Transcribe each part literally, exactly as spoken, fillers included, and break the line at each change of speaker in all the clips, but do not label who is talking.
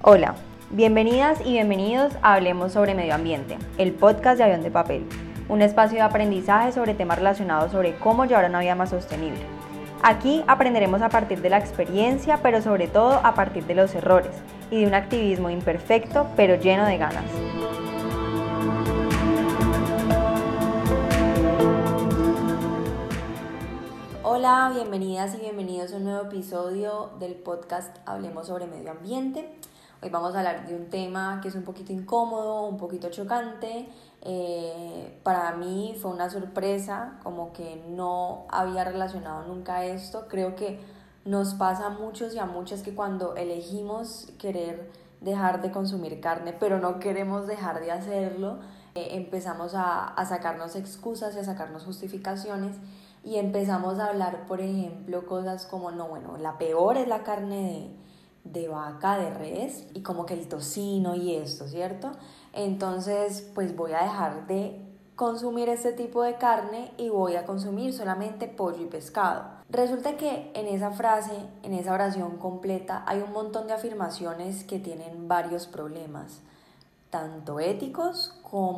Hola, bienvenidas y bienvenidos a Hablemos sobre Medio Ambiente, el podcast de Avión de Papel, un espacio de aprendizaje sobre temas relacionados sobre cómo llevar una vida más sostenible. Aquí aprenderemos a partir de la experiencia, pero sobre todo a partir de los errores y de un activismo imperfecto, pero lleno de ganas. Hola, bienvenidas y bienvenidos a un nuevo episodio del podcast Hablemos sobre Medio Ambiente. Hoy vamos a hablar de un tema que es un poquito incómodo, un poquito chocante. Eh, para mí fue una sorpresa, como que no había relacionado nunca esto. Creo que nos pasa a muchos y a muchas que cuando elegimos querer dejar de consumir carne, pero no queremos dejar de hacerlo, eh, empezamos a, a sacarnos excusas y a sacarnos justificaciones. Y empezamos a hablar, por ejemplo, cosas como, no, bueno, la peor es la carne de, de vaca, de res, y como que el tocino y esto, ¿cierto? Entonces, pues voy a dejar de consumir este tipo de carne y voy a consumir solamente pollo y pescado. Resulta que en esa frase, en esa oración completa, hay un montón de afirmaciones que tienen varios problemas, tanto éticos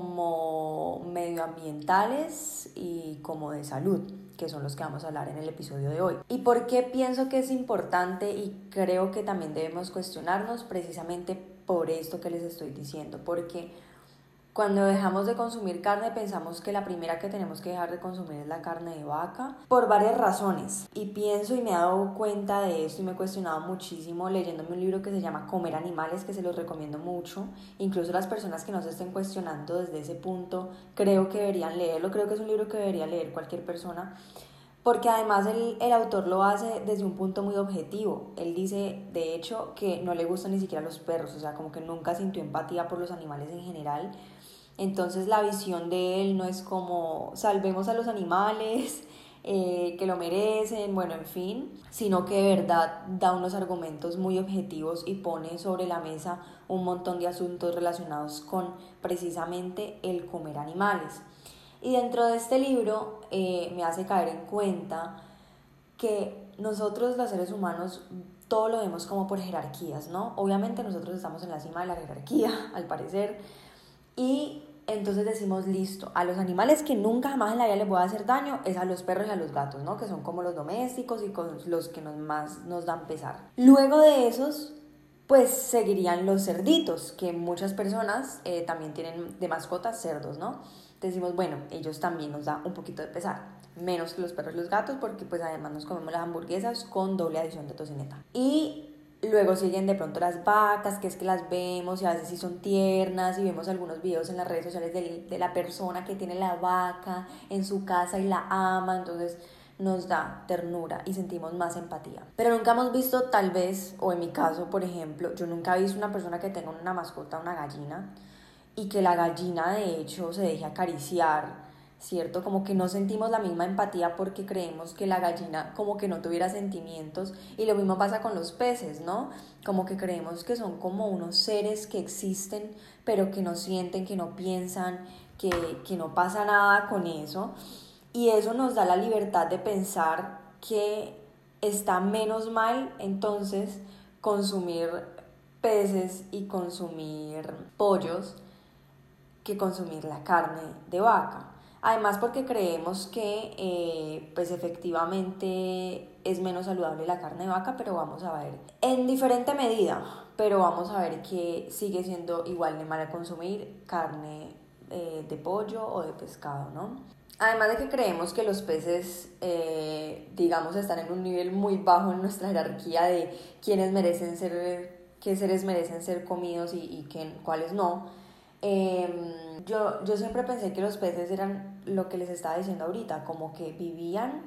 como medioambientales y como de salud, que son los que vamos a hablar en el episodio de hoy. ¿Y por qué pienso que es importante y creo que también debemos cuestionarnos? Precisamente por esto que les estoy diciendo, porque cuando dejamos de consumir carne pensamos que la primera que tenemos que dejar de consumir es la carne de vaca, por varias razones. Y pienso y me he dado cuenta de esto y me he cuestionado muchísimo leyéndome un libro que se llama Comer Animales, que se los recomiendo mucho. Incluso las personas que no se estén cuestionando desde ese punto, creo que deberían leerlo. Creo que es un libro que debería leer cualquier persona, porque además el, el autor lo hace desde un punto muy objetivo. Él dice, de hecho, que no le gustan ni siquiera los perros, o sea, como que nunca sintió empatía por los animales en general. Entonces la visión de él no es como salvemos a los animales, eh, que lo merecen, bueno, en fin, sino que de verdad da unos argumentos muy objetivos y pone sobre la mesa un montón de asuntos relacionados con precisamente el comer animales. Y dentro de este libro eh, me hace caer en cuenta que nosotros los seres humanos todo lo vemos como por jerarquías, ¿no? Obviamente nosotros estamos en la cima de la jerarquía, al parecer, y entonces decimos, listo, a los animales que nunca jamás en la vida les voy a hacer daño es a los perros y a los gatos, ¿no? Que son como los domésticos y con los que nos más nos dan pesar. Luego de esos, pues seguirían los cerditos, que muchas personas eh, también tienen de mascotas cerdos, ¿no? Decimos, bueno, ellos también nos da un poquito de pesar, menos que los perros y los gatos, porque pues además nos comemos las hamburguesas con doble adición de tocineta. Y luego siguen de pronto las vacas, que es que las vemos y a veces sí son tiernas, y vemos algunos videos en las redes sociales de, de la persona que tiene la vaca en su casa y la ama, entonces nos da ternura y sentimos más empatía. Pero nunca hemos visto, tal vez, o en mi caso, por ejemplo, yo nunca he visto una persona que tenga una mascota, una gallina, y que la gallina de hecho se deje acariciar, ¿cierto? Como que no sentimos la misma empatía porque creemos que la gallina como que no tuviera sentimientos, y lo mismo pasa con los peces, ¿no? Como que creemos que son como unos seres que existen pero que no sienten, que no piensan, que, que no pasa nada con eso, y eso nos da la libertad de pensar que está menos mal entonces consumir peces y consumir pollos que consumir la carne de vaca. Además porque creemos que eh, pues efectivamente es menos saludable la carne de vaca, pero vamos a ver, en diferente medida, pero vamos a ver que sigue siendo igual de mala consumir carne eh, de pollo o de pescado, ¿no? Además de que creemos que los peces, eh, digamos, están en un nivel muy bajo en nuestra jerarquía de quiénes merecen ser, qué seres merecen ser comidos y, y qué, cuáles no. Eh, yo, yo siempre pensé que los peces eran lo que les estaba diciendo ahorita, como que vivían,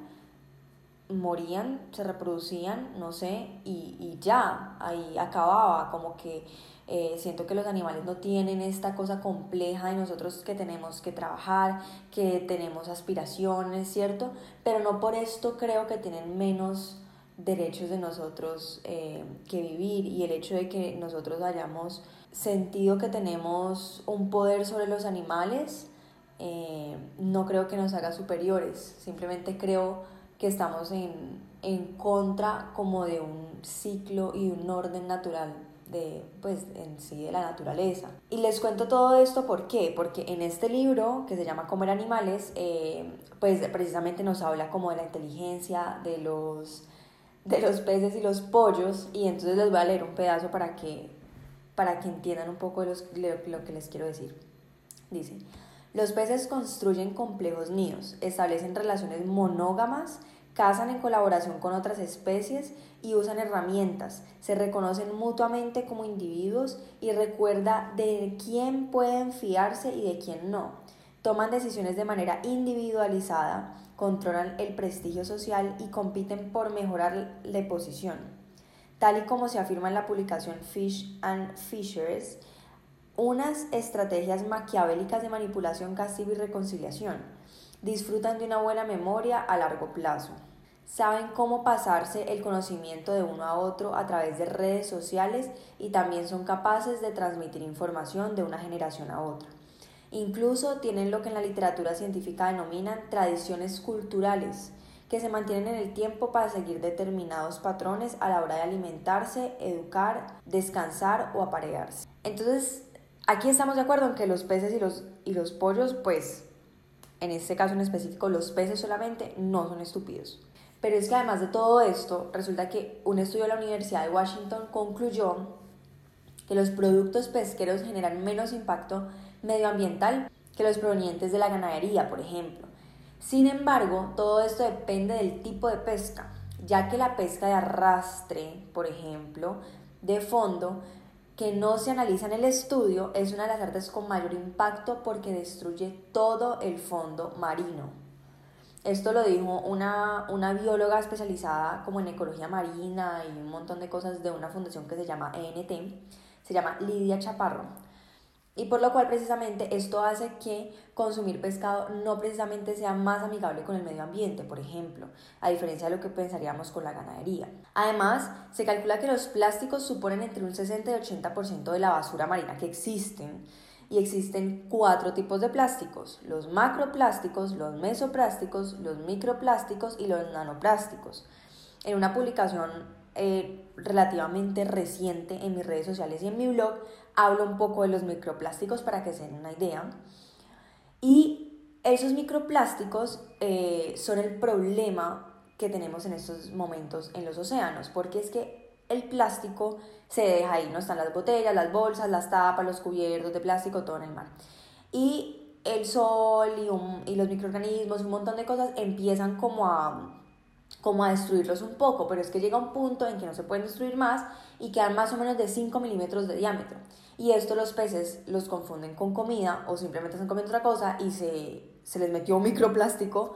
morían, se reproducían, no sé, y, y ya, ahí acababa, como que eh, siento que los animales no tienen esta cosa compleja de nosotros que tenemos que trabajar, que tenemos aspiraciones, ¿cierto? Pero no por esto creo que tienen menos derechos de nosotros eh, que vivir, y el hecho de que nosotros hayamos sentido que tenemos un poder sobre los animales eh, no creo que nos haga superiores, simplemente creo que estamos en, en contra como de un ciclo y un orden natural de, pues, en sí de la naturaleza. Y les cuento todo esto, ¿por qué? Porque en este libro, que se llama Comer Animales, eh, pues precisamente nos habla como de la inteligencia de los, de los peces y los pollos, y entonces les voy a leer un pedazo para que, para que entiendan un poco de los, lo, lo que les quiero decir. Dice: los peces construyen complejos nidos, establecen relaciones monógamas, cazan en colaboración con otras especies y usan herramientas, se reconocen mutuamente como individuos y recuerda de quién pueden fiarse y de quién no. Toman decisiones de manera individualizada, controlan el prestigio social y compiten por mejorar la posición. Tal y como se afirma en la publicación Fish and Fisheries, unas estrategias maquiavélicas de manipulación, castigo y reconciliación. Disfrutan de una buena memoria a largo plazo. Saben cómo pasarse el conocimiento de uno a otro a través de redes sociales y también son capaces de transmitir información de una generación a otra. Incluso tienen lo que en la literatura científica denominan tradiciones culturales, que se mantienen en el tiempo para seguir determinados patrones a la hora de alimentarse, educar, descansar o aparearse. Entonces, aquí estamos de acuerdo en que los peces y los, y los pollos, pues, en este caso en específico, los peces solamente no son estúpidos. Pero es que además de todo esto, resulta que un estudio de la Universidad de Washington concluyó que los productos pesqueros generan menos impacto medioambiental que los provenientes de la ganadería, por ejemplo. Sin embargo, todo esto depende del tipo de pesca, ya que la pesca de arrastre, por ejemplo, de fondo, que no se analiza en el estudio, es una de las artes con mayor impacto porque destruye todo el fondo marino. Esto lo dijo una, una bióloga especializada como en ecología marina y un montón de cosas de una fundación que se llama E N T, se llama Lidia Chaparro. Y por lo cual precisamente esto hace que consumir pescado no precisamente sea más amigable con el medio ambiente, por ejemplo, a diferencia de lo que pensaríamos con la ganadería. Además, se calcula que los plásticos suponen entre un sesenta y ochenta por ciento de la basura marina que existen. Y existen cuatro tipos de plásticos: los macroplásticos, los mesoplásticos, los microplásticos y los nanoplásticos. En una publicación eh, relativamente reciente en mis redes sociales y en mi blog, hablo un poco de los microplásticos para que se den una idea. Y esos microplásticos eh, son el problema que tenemos en estos momentos en los océanos, porque es que el plástico se deja ahí, ¿no? Están las botellas, las bolsas, las tapas, los cubiertos de plástico, todo en el mar. Y el sol y, un, y los microorganismos, un montón de cosas empiezan como a, como a destruirlos un poco, pero es que llega un punto en que no se pueden destruir más y quedan más o menos de cinco milímetros de diámetro. Y esto los peces los confunden con comida o simplemente están comiendo otra cosa y se, se les metió un microplástico.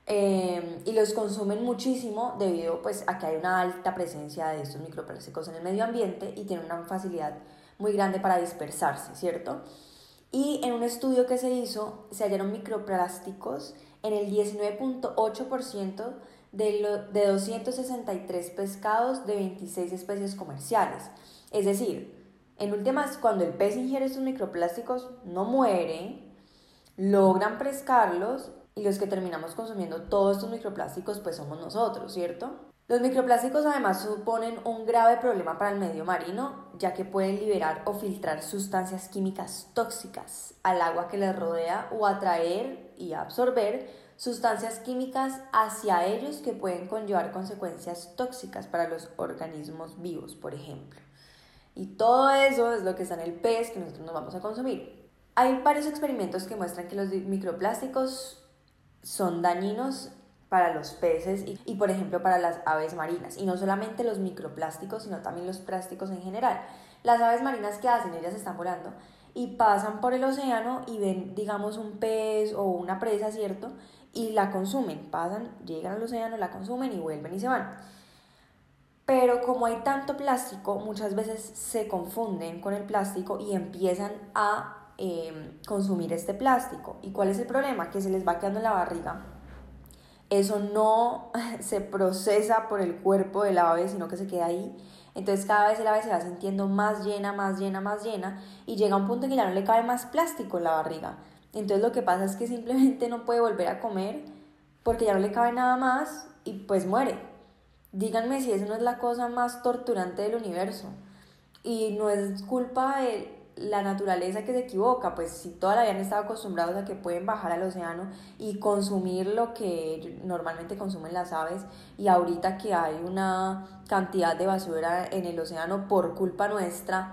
Eh, y los consumen muchísimo debido pues, a que hay una alta presencia de estos microplásticos en el medio ambiente y tienen una facilidad muy grande para dispersarse, ¿cierto? Y en un estudio que se hizo, se hallaron microplásticos en el diecinueve punto ocho por ciento de, lo, de doscientos sesenta y tres pescados de veintiséis especies comerciales. Es decir, en últimas, cuando el pez ingiere estos microplásticos, no muere, logran pescarlos. Y los que terminamos consumiendo todos estos microplásticos pues somos nosotros, ¿cierto? Los microplásticos además suponen un grave problema para el medio marino, ya que pueden liberar o filtrar sustancias químicas tóxicas al agua que les rodea o atraer y absorber sustancias químicas hacia ellos que pueden conllevar consecuencias tóxicas para los organismos vivos, por ejemplo. Y todo eso es lo que está en el pez que nosotros nos vamos a consumir. Hay varios experimentos que muestran que los microplásticos son dañinos para los peces y, y, por ejemplo, para las aves marinas. Y no solamente los microplásticos, sino también los plásticos en general. Las aves marinas, ¿qué hacen? Ellas están volando y pasan por el océano y ven, digamos, un pez o una presa, ¿cierto? Y la consumen. Pasan, llegan al océano, la consumen y vuelven y se van. Pero como hay tanto plástico, muchas veces se confunden con el plástico y empiezan a Eh, consumir este plástico. ¿Y cuál es el problema? Que se les va quedando en la barriga. Eso no se procesa por el cuerpo del ave, sino que se queda ahí. Entonces cada vez el ave se va sintiendo más llena, más llena, más llena y llega un punto en que ya no le cabe más plástico en la barriga. Entonces lo que pasa es que simplemente no puede volver a comer porque ya no le cabe nada más y pues muere. Díganme si eso no es la cosa más torturante del universo. y no es culpa de la naturaleza que se equivoca, pues si toda la vida han estado acostumbrados a que pueden bajar al océano y consumir lo que normalmente consumen las aves, y ahorita que hay una cantidad de basura en el océano por culpa nuestra,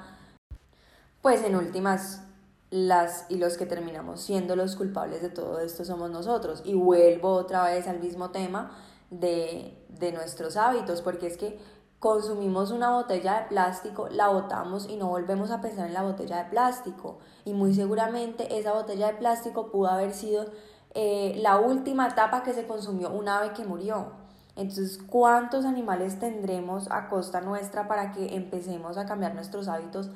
pues en últimas las y los que terminamos siendo los culpables de todo esto somos nosotros. Y vuelvo otra vez al mismo tema de, de nuestros hábitos, porque es que consumimos una botella de plástico, la botamos y no volvemos a pensar en la botella de plástico, y muy seguramente esa botella de plástico pudo haber sido eh, la última tapa que se consumió un ave que murió. Entonces, ¿cuántos animales tendremos a costa nuestra para que empecemos a cambiar nuestros hábitos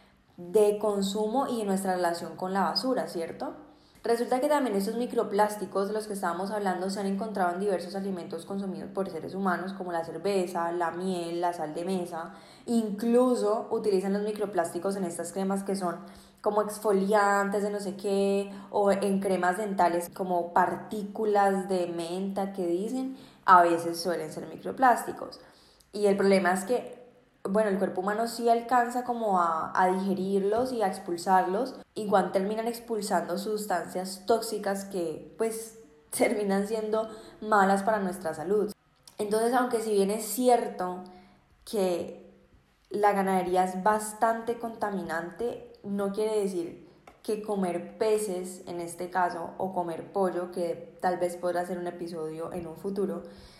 de consumo y en nuestra relación con la basura, ¿cierto? Resulta que también estos microplásticos de los que estábamos hablando se han encontrado en diversos alimentos consumidos por seres humanos, como la cerveza, la miel, la sal de mesa. Incluso utilizan los microplásticos en estas cremas que son como exfoliantes de no sé qué, o en cremas dentales como partículas de menta que dicen, a veces suelen ser microplásticos. Y el problema es que bueno, el cuerpo humano sí alcanza como a, a digerirlos y a expulsarlos, igual terminan expulsando sustancias tóxicas que pues terminan siendo malas para nuestra salud. Entonces, aunque si bien es cierto que la ganadería es bastante contaminante, no quiere decir que comer peces, en este caso, o comer pollo, que tal vez podrá ser un episodio en un futuro,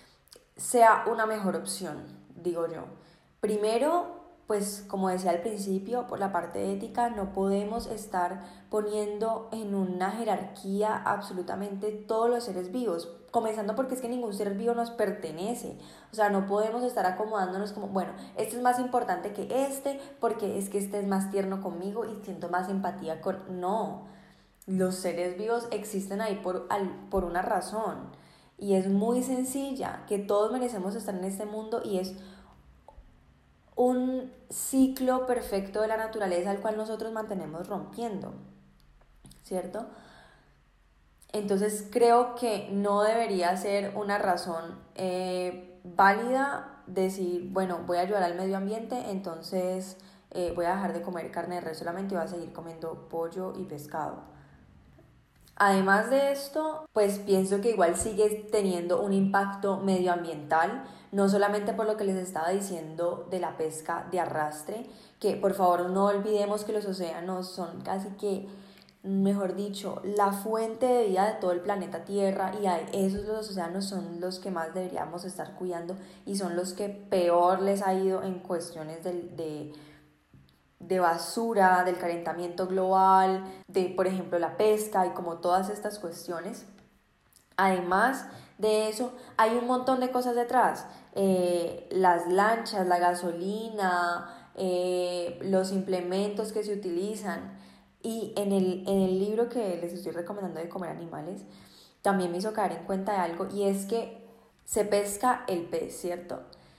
sea una mejor opción, digo yo. Primero, pues como decía al principio, por la parte ética, no podemos estar poniendo en una jerarquía absolutamente todos los seres vivos, comenzando porque es que ningún ser vivo nos pertenece. O sea, no podemos estar acomodándonos como, bueno, este es más importante que este, porque es que este es más tierno conmigo y siento más empatía con... No, los seres vivos existen ahí por, al, por una razón, y es muy sencilla, que todos merecemos estar en este mundo, y es un ciclo perfecto de la naturaleza al cual nosotros mantenemos rompiendo, ¿cierto? Entonces creo que no debería ser una razón eh, válida decir, bueno, voy a ayudar al medio ambiente, entonces eh, voy a dejar de comer carne de res solamente y voy a seguir comiendo pollo y pescado. Además de esto, pues pienso que igual sigue teniendo un impacto medioambiental, no solamente por lo que les estaba diciendo de la pesca de arrastre, que por favor no olvidemos que los océanos son casi que, mejor dicho, la fuente de vida de todo el planeta Tierra, y a esos los océanos son los que más deberíamos estar cuidando y son los que peor les ha ido en cuestiones de... de de basura, del calentamiento global, de por ejemplo la pesca y como todas estas cuestiones. Además de eso, hay un montón de cosas detrás, eh, las lanchas, la gasolina, eh, los implementos que se utilizan. Y en el, en el libro que les estoy recomendando de Comer Animales, también me hizo caer en cuenta de algo, y es que se pesca el pez, ¿cierto?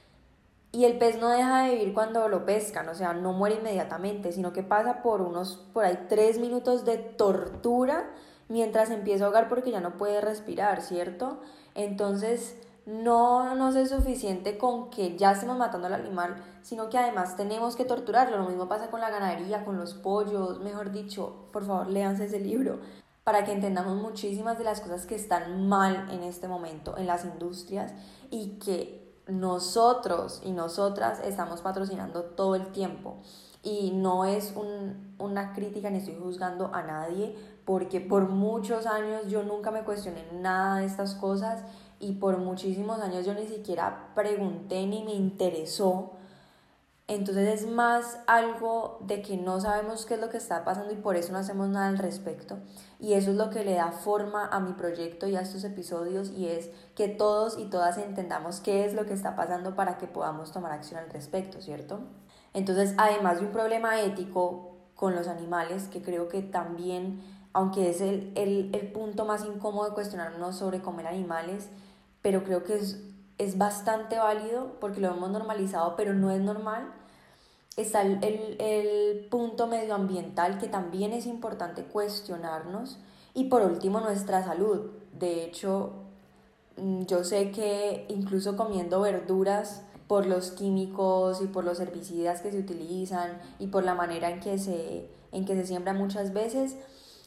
Y el pez no deja de vivir cuando lo pescan, o sea, no muere inmediatamente, sino que pasa por unos, por ahí, tres minutos de tortura mientras empieza a ahogar porque ya no puede respirar, ¿cierto? Entonces, no nos es suficiente con que ya estemos matando al animal, sino que además tenemos que torturarlo. Lo mismo pasa con la ganadería, con los pollos, mejor dicho, por favor, léanse ese libro, para que entendamos muchísimas de las cosas que están mal en este momento en las industrias y que nosotros y nosotras estamos patrocinando todo el tiempo. Y no es un, una crítica ni estoy juzgando a nadie, porque por muchos años yo nunca me cuestioné nada de estas cosas, y por muchísimos años yo ni siquiera pregunté ni me interesó. Entonces es más algo de que no sabemos qué es lo que está pasando y por eso no hacemos nada al respecto, y eso es lo que le da forma a mi proyecto y a estos episodios, y es que todos y todas entendamos qué es lo que está pasando para que podamos tomar acción al respecto, ¿cierto? Entonces, además de un problema ético con los animales, que creo que también, aunque es el, el, el punto más incómodo de cuestionarnos sobre comer animales, pero creo que es es bastante válido porque lo hemos normalizado, pero no es normal. Está el, el, el punto medioambiental, que también es importante cuestionarnos. Y por último, nuestra salud. De hecho, yo sé que incluso comiendo verduras por los químicos y por los herbicidas que se utilizan y por la manera en que se, en que se siembra muchas veces,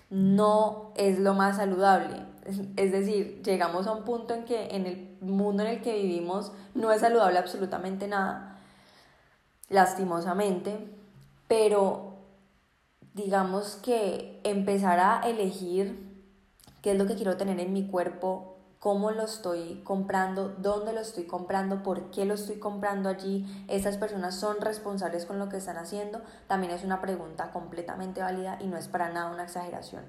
no es lo más saludable. Es decir, llegamos a un punto en que en el mundo en el que vivimos no es saludable absolutamente nada, lastimosamente, pero digamos que empezar a elegir qué es lo que quiero tener en mi cuerpo, cómo lo estoy comprando, dónde lo estoy comprando, por qué lo estoy comprando allí, estas personas son responsables con lo que están haciendo, también es una pregunta completamente válida y no es para nada una exageración.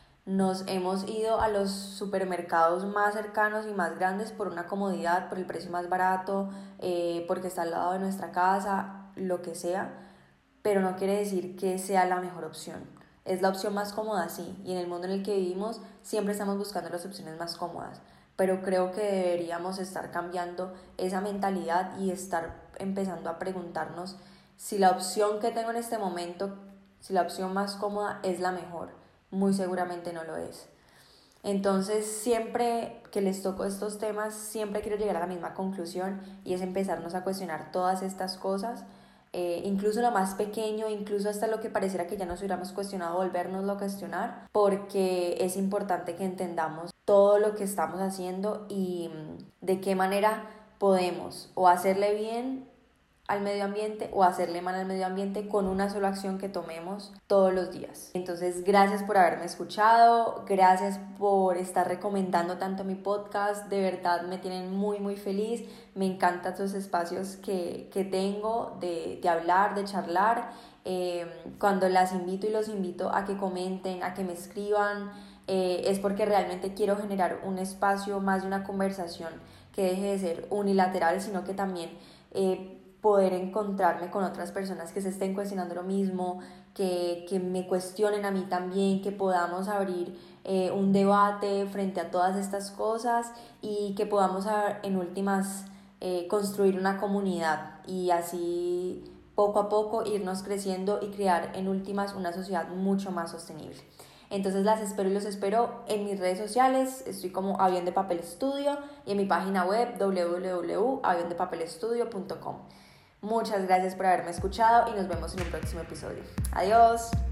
Nos hemos ido a los supermercados más cercanos y más grandes por una comodidad, por el precio más barato, eh, porque está al lado de nuestra casa, lo que sea, pero no quiere decir que sea la mejor opción. Es la opción más cómoda, sí, y en el mundo en el que vivimos siempre estamos buscando las opciones más cómodas, pero creo que deberíamos estar cambiando esa mentalidad y estar empezando a preguntarnos si la opción que tengo en este momento, si la opción más cómoda es la mejor. Muy seguramente no lo es. Entonces, siempre que les toco estos temas, siempre quiero llegar a la misma conclusión y es empezarnos a cuestionar todas estas cosas. Eh, incluso lo más pequeño, incluso hasta lo que pareciera que ya nos hubiéramos cuestionado, volvernoslo a cuestionar, porque es importante que entendamos todo lo que estamos haciendo y de qué manera podemos o hacerle bien al medio ambiente o hacerle mal al medio ambiente con una sola acción que tomemos todos los días. Entonces, gracias por haberme escuchado, gracias por estar recomendando tanto mi podcast, de verdad me tienen muy muy feliz, me encantan esos espacios que, que tengo de, de hablar, de charlar, eh, cuando las invito y los invito a que comenten, a que me escriban, eh, es porque realmente quiero generar un espacio más de una conversación que deje de ser unilateral, sino que también eh, poder encontrarme con otras personas que se estén cuestionando lo mismo, que, que me cuestionen a mí también, que podamos abrir eh, un debate frente a todas estas cosas y que podamos en últimas eh, construir una comunidad y así poco a poco irnos creciendo y crear en últimas una sociedad mucho más sostenible. Entonces las espero y los espero en mis redes sociales, estoy como Avión de Papel Estudio y en mi página web w w w punto avión de papel estudio punto com. Muchas gracias por haberme escuchado y nos vemos en un próximo episodio. Adiós.